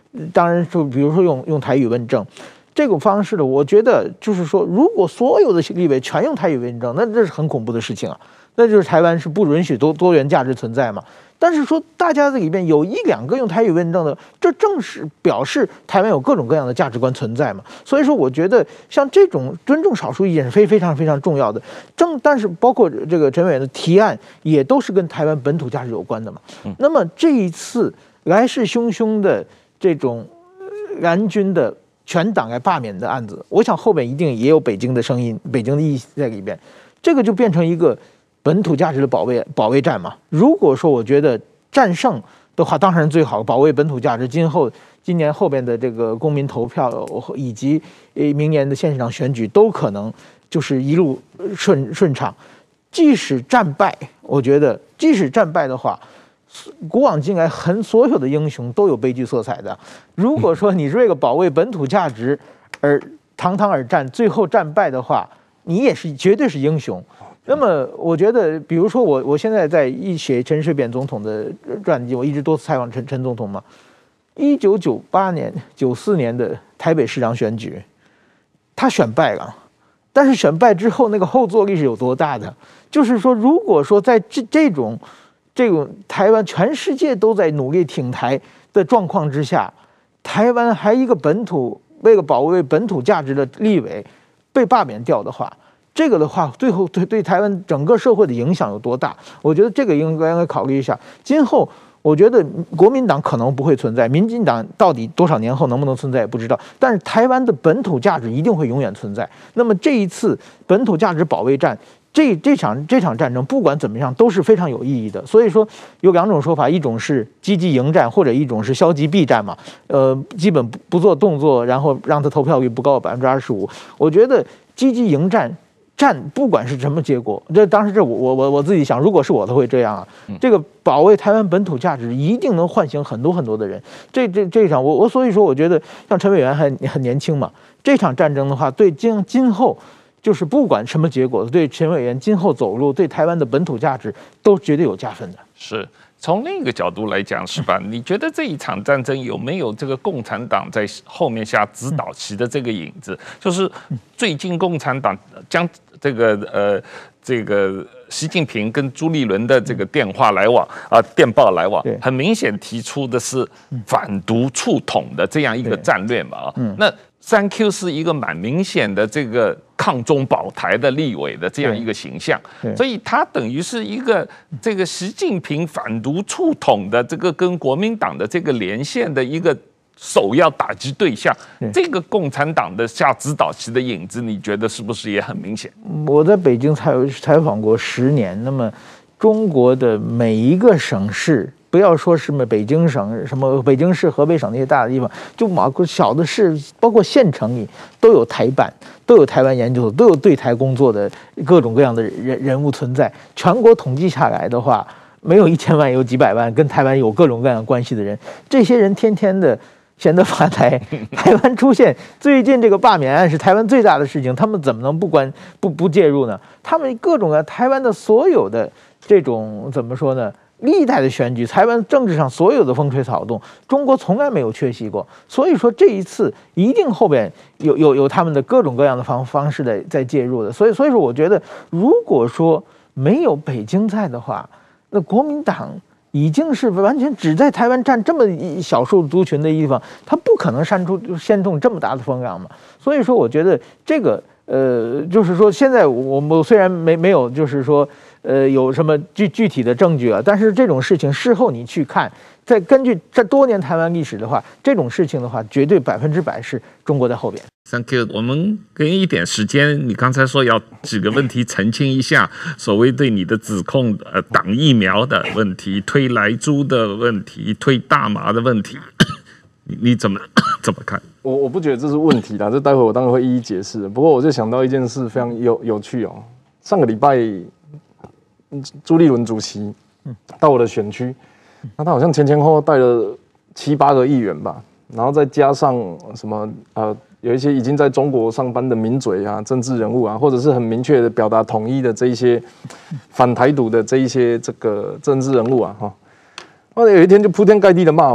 当然就比如说用用台语问政。这种方式的，我觉得就是说，如果所有的立委全用台语问政，那这是很恐怖的事情啊。那就是台湾是不允许多多元价值存在嘛。但是说大家这里边有一两个用台语问政的，这正是表示台湾有各种各样的价值观存在嘛。所以说，我觉得像这种尊重少数意见是非非常非常重要的。正但是包括这个陈委员的提案，也都是跟台湾本土价值有关的嘛。那么这一次来势汹汹的这种蓝军的全党来罢免的案子，我想后面一定也有北京的声音、北京的意思在里边，这个就变成一个本土价值的保卫保卫战嘛。如果说我觉得战胜的话，当然最好，保卫本土价值，今后今年后边的这个公民投票以及明年的县市长选举都可能就是一路顺顺畅。即使战败，我觉得即使战败的话，古往今来很所有的英雄都有悲剧色彩的。如果说你是为了保卫本土价值而堂堂而战，最后战败的话，你也是绝对是英雄。那么我觉得，比如说我我现在在一写陈水扁总统的传记，我一直多次采访陈陈总统嘛。一九九八年、九四年的台北市长选举，他选败了，但是选败之后那个后坐力是有多大的？就是说，如果说在这这种这种台湾全世界都在努力挺台的状况之下，台湾还一个本土为了保卫本土价值的立委被罢免掉的话，这个的话最后对对台湾整个社会的影响有多大？我觉得这个应该应该考虑一下。今后我觉得国民党可能不会存在，民进党到底多少年后能不能存在也不知道，但是台湾的本土价值一定会永远存在。那么这一次本土价值保卫战，这这场这场战争不管怎么样都是非常有意义的。所以说有两种说法，一种是积极迎战，或者一种是消极避战嘛。呃，基本不不做动作，然后让他投票率不高百分之二十五。我觉得积极迎战。战不管是什么结果，这当时这我我我我自己想，如果是我都会这样啊。这个保卫台湾本土价值一定能唤醒很多很多的人。这这这场我我所以说我觉得像陈委员还很年轻嘛，这场战争的话，对今今后就是不管什么结果，对陈委员今后走路，对台湾的本土价值都绝对有加分的。 是。从另一个角度来讲，是吧？你觉得这一场战争有没有这个共产党在后面下指导棋的这个影子？就是最近共产党将这个呃这个习近平跟朱立伦的这个电话来往啊、呃、电报来往，很明显提出的是反独促统的这样一个战略嘛啊。那三 Q 是一个蛮明显的这个抗中保台的立委的这样一个形象，所以他等于是一个这个习近平反独促统的这个跟国民党的这个连线的一个首要打击对象。这个共产党的下指导棋的影子，你觉得是不是也很明显？ 我在北京采采访过十年，那么中国的每一个省市。不要说什么北京省、什么北京市、河北省那些大的地方，就某个小的市，包括县城里都有台办，都有台湾研究所，都有对台工作的各种各样的人人物存在。全国统计下来的话，没有一千万，有几百万跟台湾有各种各样关系的人。这些人天天的闲得发呆。台湾出现最近这个罢免案是台湾最大的事情，他们怎么能不关不不介入呢？他们各种啊，台湾的所有的这种怎么说呢？历代的选举，台湾政治上所有的风吹草动，中国从来没有缺席过。所以说这一次一定后边有有有他们的各种各样的方方式在在介入的。所以所以说，我觉得如果说没有北京在的话，那国民党已经是完全只在台湾占这么一少数族群的地方，他不可能煽出煽动这么大的风浪嘛。所以说，我觉得这个呃，就是说现在我们虽然没没有就是说。呃，有什么具具体的证据啊？但是这种事情事后你去看，再根据这多年台湾历史的话，这种事情的话，绝对百分之百是中国在后边。 Thank you， 我们给一点时间，你刚才说要几个问题澄清一下，所谓对你的指控，呃，挡疫苗的问题，推莱猪的问题，推大麻的问题，你你怎么怎么看？ 我我不觉得这是问题啦，这待会我当然会一一解释。不过我就想到一件事非常有有趣哦，上个礼拜。朱立伦主席到我的选区，那他好像前前后后带了七八个议员吧，然后再加上什么呃，有一些已经在中国上班的名嘴啊、政治人物啊，或者是很明确的表达统一的这一些反台独的这一些这个政治人物啊，哈，后来有一天就铺天盖地的骂我，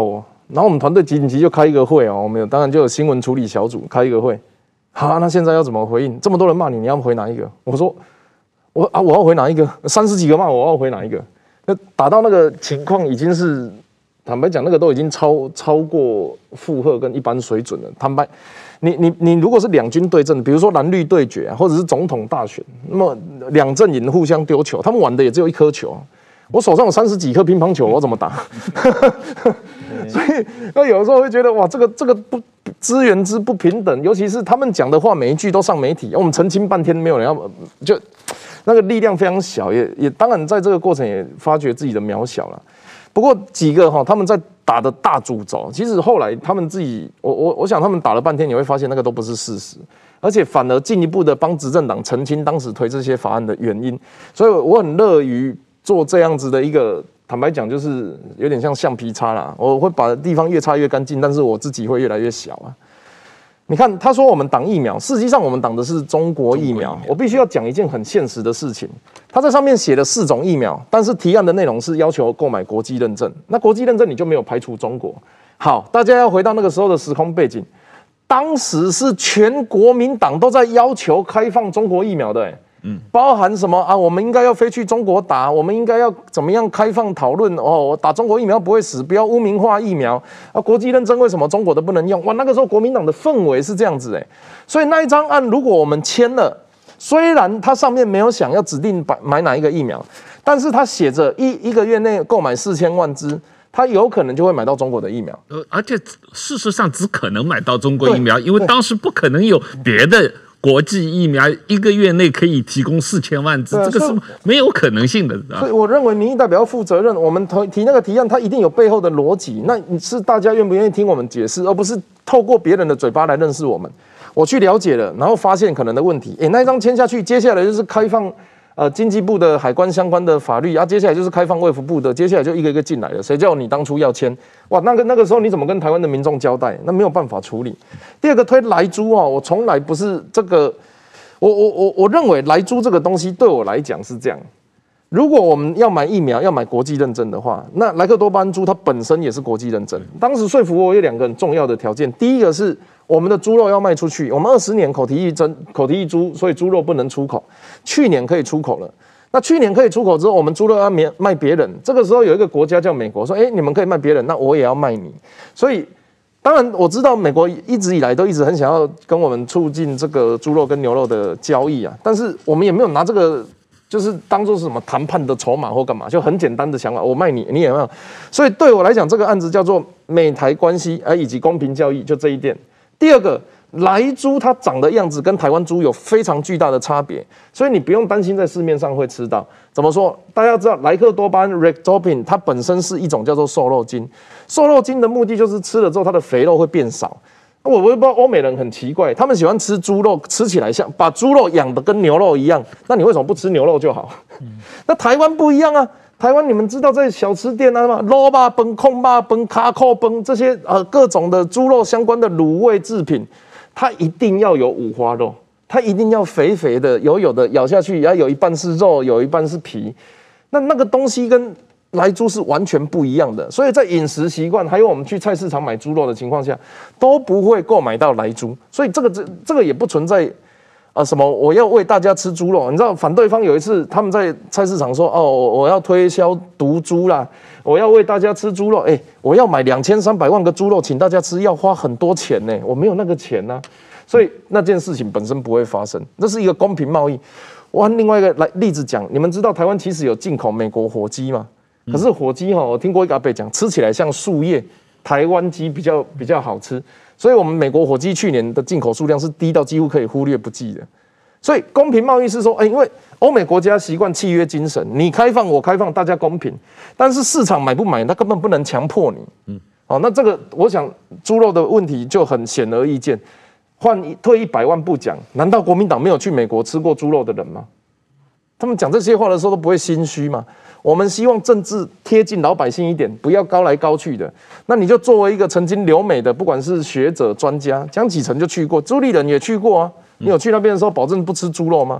然后我们团队紧急就开一个会哦，我们有当然就有新闻处理小组开一个会。好，那现在要怎么回应？这么多人骂你，你要回哪一个？我说我啊，我要回哪一个？三十几个骂我要回哪一个？那打到那个情况已经是，坦白讲，那个都已经超超过负荷跟一般水准了。坦白，你你你如果是两军对阵，比如说蓝绿对决啊，或者是总统大选，那么两阵营互相丢球，他们玩的也只有一颗球。我手上有三十几颗乒乓球，我怎么打？所以那有的时候会觉得哇，这个这个不资源之不平等，尤其是他们讲的话每一句都上媒体，我们澄清半天没有人要，就那个力量非常小，也也当然在这个过程也发觉自己的渺小了。不过几个哈，他们在打的大主轴，其实后来他们自己，我我我想他们打了半天，你会发现那个都不是事实，而且反而进一步的帮执政党澄清当时推这些法案的原因，所以我很乐于做这样子的一个，坦白讲就是有点像橡皮擦啦，我会把地方越擦越干净，但是我自己会越来越小啊。你看，他说我们挡疫苗，实际上我们挡的是中国疫苗。我必须要讲一件很现实的事情，他在上面写了四种疫苗，但是提案的内容是要求购买国际认证。那国际认证你就没有排除中国。好，大家要回到那个时候的时空背景，当时是全国民党都在要求开放中国疫苗的、欸。嗯，包含什么啊？我们应该要飞去中国打，我们应该要怎么样开放讨论哦？打中国疫苗不会死，不要污名化疫苗啊！国际认证为什么中国的不能用？哇，那个时候国民党的氛围是这样子哎、欸，所以那一张案如果我们签了，虽然它上面没有想要指定买哪一个疫苗，但是它写着一一个月内购买四千万支。他有可能就会买到中国的疫苗， 呃，而且事实上只可能买到中国疫苗，因为当时不可能有别的国际疫苗一个月内可以提供四千万支，这个是没有可能性的。 所以我认为民意代表要负责任，我们提那个提案，它一定有背后的逻辑。那是大家愿不愿意听我们解释，而不是透过别人的嘴巴来认识我们。我去了解了，然后发现可能的问题，哎，那一张签下去，接下来就是开放。呃，经济部的海关相关的法律啊，接下来就是开放卫福部的，接下来就一个一个进来了。谁叫你当初要签？哇，那个那个时候你怎么跟台湾的民众交代？那没有办法处理。第二个推莱猪啊，我从来不是这个，我我我我认为莱猪这个东西对我来讲是这样。如果我们要买疫苗，要买国际认证的话，那莱克多巴胺猪它本身也是国际认证。当时说服我有两个很重要的条件，第一个是我们的猪肉要卖出去，我们二十年口蹄疫针口蹄疫猪，所以猪肉不能出口。去年可以出口了，那去年可以出口之后，我们猪肉要卖别人。这个时候有一个国家叫美国，说：“哎，你们可以卖别人，那我也要卖你。”所以，当然我知道美国一直以来都一直很想要跟我们促进这个猪肉跟牛肉的交易啊，但是我们也没有拿这个就是当做是什么谈判的筹码或干嘛，就很简单的想法，我卖你，你也没有。所以对我来讲，这个案子叫做美台关系啊，以及公平交易，就这一点。第二个。莱猪它长的样子跟台湾猪有非常巨大的差别，所以你不用担心在市面上会吃到。怎么说？大家知道莱克多巴胺 Rexulti 它本身是一种叫做瘦肉精，瘦肉精的目的就是吃了之后它的肥肉会变少。我我也不知道欧美人很奇怪，他们喜欢吃猪肉，吃起来像把猪肉养的跟牛肉一样，那你为什么不吃牛肉就好？嗯、那台湾不一样啊。台湾你们知道在小吃店啊，肉吧崩、控吧崩、卡扣崩这些呃各种的猪肉相关的卤味制品。它一定要有五花肉，它一定要肥肥的、油油的，咬下去要有一半是肉，有一半是皮。那那个东西跟莱猪是完全不一样的，所以在饮食习惯还有我们去菜市场买猪肉的情况下，都不会购买到莱猪。所以这个这这个也不存在啊、呃、什么我要喂大家吃猪肉。你知道反对方有一次他们在菜市场说哦我要推销毒猪啦。我要喂大家吃猪肉，哎、欸，我要买两千三百万个猪肉，请大家吃，要花很多钱呢、欸，我没有那个钱呐、啊，所以那件事情本身不会发生，这是一个公平贸易。我按另外一个来例子讲，你们知道台湾其实有进口美国火鸡吗？可是火鸡哈，我听过一个阿伯讲，吃起来像树叶，台湾鸡比较比较好吃，所以我们美国火鸡去年的进口数量是低到几乎可以忽略不计的。所以公平贸易是说，哎、欸，因为欧美国家习惯契约精神，你开放我开放，大家公平。但是市场买不买，他根本不能强迫你。嗯，哦，那这个我想猪肉的问题就很显而易见。换退一百万不讲，难道国民党没有去美国吃过猪肉的人吗？他们讲这些话的时候都不会心虚吗？我们希望政治贴近老百姓一点，不要高来高去的。那你就作为一个曾经留美的，不管是学者专家，江启臣就去过，朱立伦也去过啊。你有去那边的时候，保证不吃猪肉吗？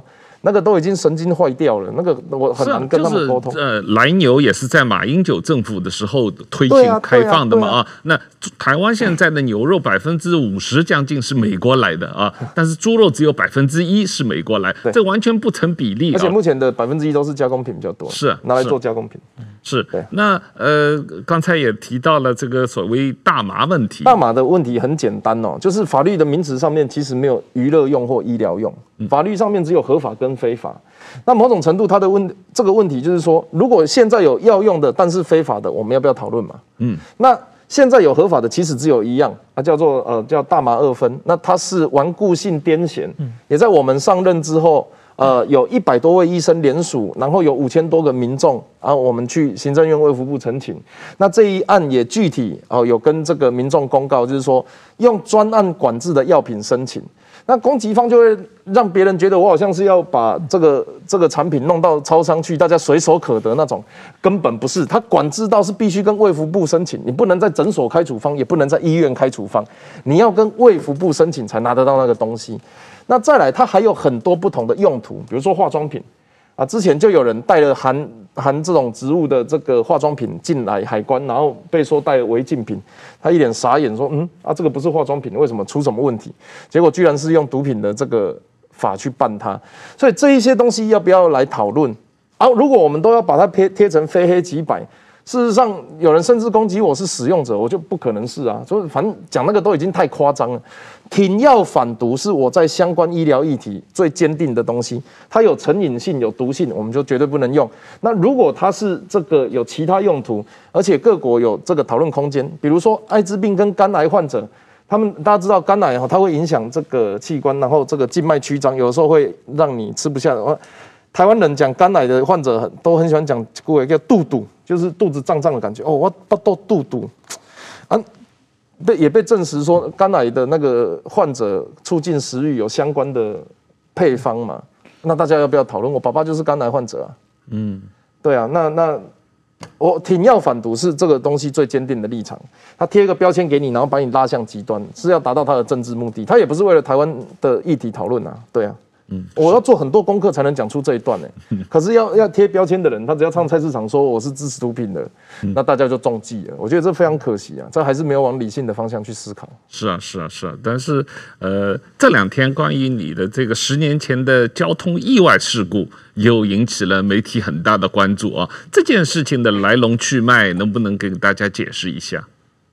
那个都已经神经坏掉了，那个我很难跟他们沟通。 就是、呃，来牛也是在马英九政府的时候推对啊行开放的嘛啊， 对啊对啊那台湾现在的牛肉百分之五十将近是美国来的啊，但是猪肉只有百分之一是美国来，这完全不成比例、啊。 而且目前的百分之一都是加工品比较多， 是拿来做加工品。 是，那呃，刚才也提到了这个所谓大麻问题。 大麻的问题很简单哦，就是法律的名词上面其实没有娱乐用或医疗用，法律上面只有合法跟非法。那某种程度，它的问这个问题就是说，如果现在有要用的，但是非法的，我们要不要讨论嘛？嗯，那现在有合法的，其实只有一样，它叫做呃叫大麻二酚，那它是顽固性癫痫，也在我们上任之后。呃，有一百多位医生联署，然后有五千多个民众，然后我们去行政院卫福部陈情。那这一案也具体哦，有跟这个民众公告，就是说用专案管制的药品申请。那攻击方就会让别人觉得我好像是要把这个这个产品弄到超商去，大家随手可得那种，根本不是。它管制到是必须跟卫福部申请，你不能在诊所开处方，也不能在医院开处方，你要跟卫福部申请才拿得到那个东西。那再来，它还有很多不同的用途，比如说化妆品啊，之前就有人带了含含这种植物的这个化妆品进来海关，然后被说带了违禁品，他一脸傻眼说，嗯啊，这个不是化妆品，为什么出什么问题？结果居然是用毒品的这个法去办它，所以这一些东西要不要来讨论？啊，如果我们都要把它贴贴成非黑即白。事实上，有人甚至攻击我是使用者，我就不可能是啊。所以反正讲那个都已经太夸张了。挺药反毒是我在相关医疗议题最坚定的东西，它有成瘾性、有毒性，我们就绝对不能用。那如果它是这个有其他用途，而且各国有这个讨论空间，比如说艾滋病跟肝癌患者，他们大家知道肝癌哈，它会影响这个器官，然后这个静脉曲张，有的时候会让你吃不下的。台湾人讲肝癌的患者都很喜欢讲过一个肚肚，就是肚子胀胀的感觉。哦，我不都肚肚啊，被也被证实说肝癌的那个患者促进食欲有相关的配方嘛？那大家要不要讨论？我爸爸就是肝癌患者啊。嗯，对啊，那那我挺药反毒是这个东西最坚定的立场。他贴一个标签给你，然后把你拉向极端，是要达到他的政治目的。他也不是为了台湾的议题讨论啊，对啊。嗯，我要做很多功课才能讲出这一段呢、欸。可是要要贴标签的人，他只要上菜市场说我是支持毒品的，那大家就中计了。我觉得这非常可惜啊，这还是没有往理性的方向去思考。 是啊，是啊，是啊。但是呃，这两天关于你的这个十年前的交通意外事故，又引起了媒体很大的关注啊。这件事情的来龙去脉，能不能给大家解释一下？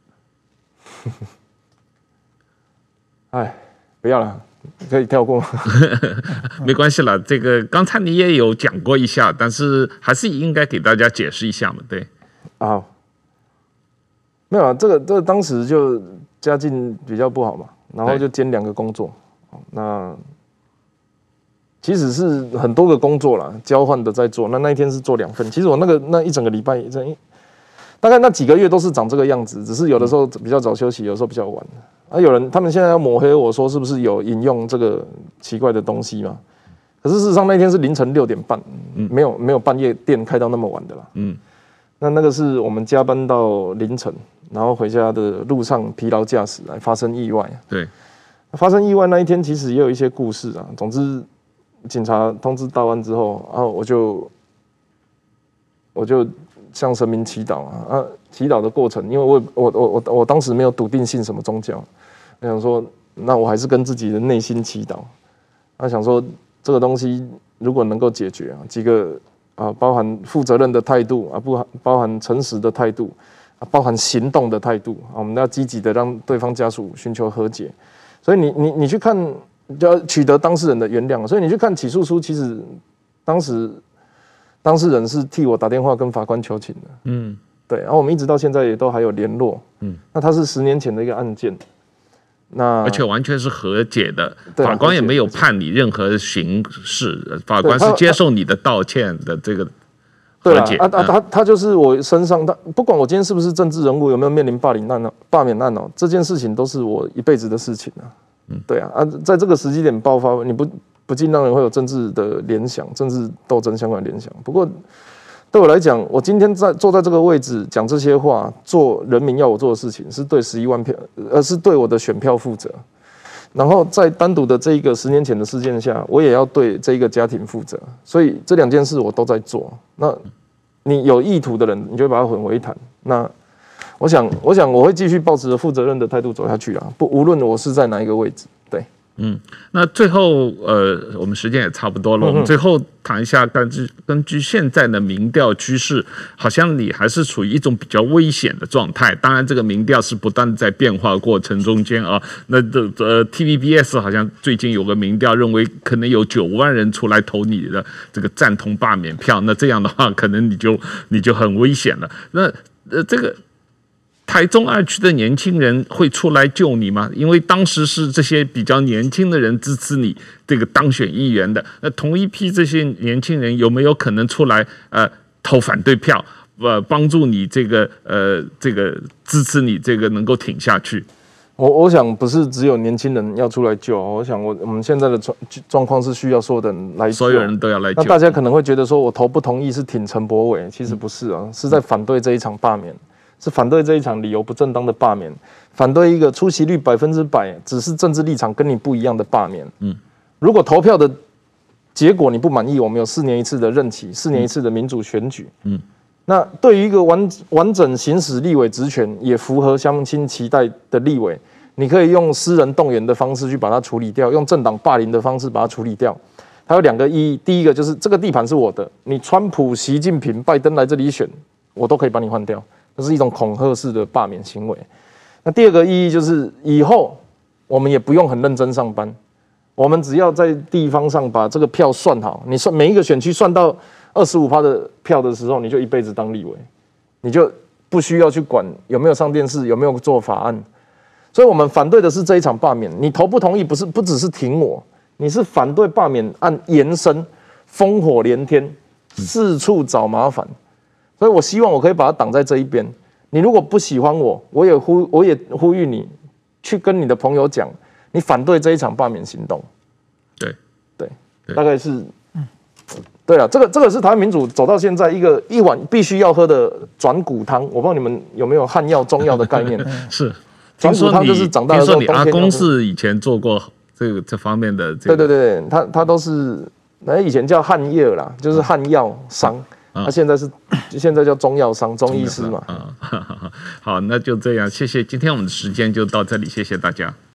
哎，不要了。可以跳过吗？ 没关系了，这个刚才你也有讲过一下，但是还是应该给大家解释一下嘛，对。 啊，没有啊，这个这个当时就家境比较不好嘛，然后就兼两个工作，那其实是很多个工作啦，交换的在做。那那一天是做两份，其实我那个那一整个礼拜，大概那几个月都是长这个样子，只是有的时候比较早休息，有时候比较晚。啊，有人他们现在要抹黑我说是不是有引用这个奇怪的东西嘛？可是事实上那天是凌晨六点半，嗯、没有没有半夜店开到那么晚的啦。嗯，那那个是我们加班到凌晨，然后回家的路上疲劳驾驶来发生意外。 对， 发生意外那一天其实也有一些故事啊。总之，警察通知到案之后，然后我就我就向神明祈祷啊啊！祈祷的过程，因为我我我我我当时没有笃定信什么宗教。我想说，那我还是跟自己的内心祈祷。他想说，这个东西如果能够解决啊，几个啊，包含负责任的态度啊，不包含诚实的态度啊，包含行动的态度啊，我们要积极的让对方家属寻求和解。所以你你你去看，就要取得当事人的原谅。所以你去看起诉书，其实当时当事人是替我打电话跟法官求情的。嗯，对。然后我们一直到现在也都还有联络。嗯，那他是十年前的一个案件。那而且完全是和解的，法官也没有判你任何刑事，法官是接受你的道歉的这个和解。 对啊，啊他他就是我身上，他不管我今天是不是政治人物，有没有面临霸凌案、罢免案哦，这件事情都是我一辈子的事情啊。嗯，对啊，啊，在这个时机点爆发，你不不禁让人会有政治的联想，政治斗争相关的联想。不过对我来讲，我今天在坐在这个位置讲这些话，做人民要我做的事情，是对十一万票，呃，是对我的选票负责。 然后在单独的这一个十年前的事件下，我也要对这一个家庭负责，所以这两件事我都在做。那你有意图的人，你就会把它混为一谈。那我想，我想我会继续抱持着负责任的态度走下去啊，不，无论我是在哪一个位置，对。 嗯，那最后呃，我们时间也差不多了，我们最后谈一下，根据根据现在的民调趋势，好像你还是处于一种比较危险的状态。当然，这个民调是不断在变化过程中间啊。那这呃 T V B S 好像最近有个民调认为，可能有九万人出来投你的这个赞同罢免票，那这样的话，可能你就你就很危险了。那呃这个。台中二区的年轻人会出来救你吗？因为当时是这些比较年轻的人支持你这个当选议员的，那同一批这些年轻人有没有可能出来呃投反对票，呃帮助你这个呃这个支持你这个能够挺下去？ 我我想不是只有年轻人要出来救，我想我我们现在的状状况是需要所有的人来救， 所有人都要来救。 那大家可能会觉得说我投不同意是挺陈柏惟，其实不是啊，是在反对这一场罢免。是反对这一场理由不正当的罢免，反对一个出席率百分之百，只是政治立场跟你不一样的罢免。嗯，如果投票的结果你不满意，我们有四年一次的任期，四年一次的民主选举。嗯，那对于一个完完整行使立委职权，也符合乡亲期待的立委，你可以用私人动员的方式去把它处理掉，用政党霸凌的方式把它处理掉。它有两个意义，第一个就是这个地盘是我的，你川普、习近平、拜登来这里选，我都可以把你换掉。这是一种恐吓式的罢免行为。那第二个意义就是以后我们也不用很认真上班，我们只要在地方上把这个票算好，你算每一个选区算到二十五趴的票的时候，你就一辈子当立委，你就不需要去管有没有上电视，有没有做法案。所以我们反对的是这一场罢免，你投不同意不是不只是挺我，你是反对罢免案延伸，烽火连天，四处找麻烦。所以我希望我可以把它挡在这一边。你如果不喜欢我，我也呼我也呼吁你去跟你的朋友讲，你反对这一场罢免行动。 对对，大概是，对了，这个这个是台湾民主走到现在一个一碗必须要喝的转骨汤。我不知道你们有没有汉药中药的概念？ 是， 转骨汤就是长大的时候。 听说你阿公是以前做过这个这方面的、这个。对对对，他他都是，那以前叫汉药啦，就是汉药商。他、啊、现在是现在叫中药商、中医师嘛。啊， 好，那就这样，谢谢。今天我们的时间就到这里，谢谢大家。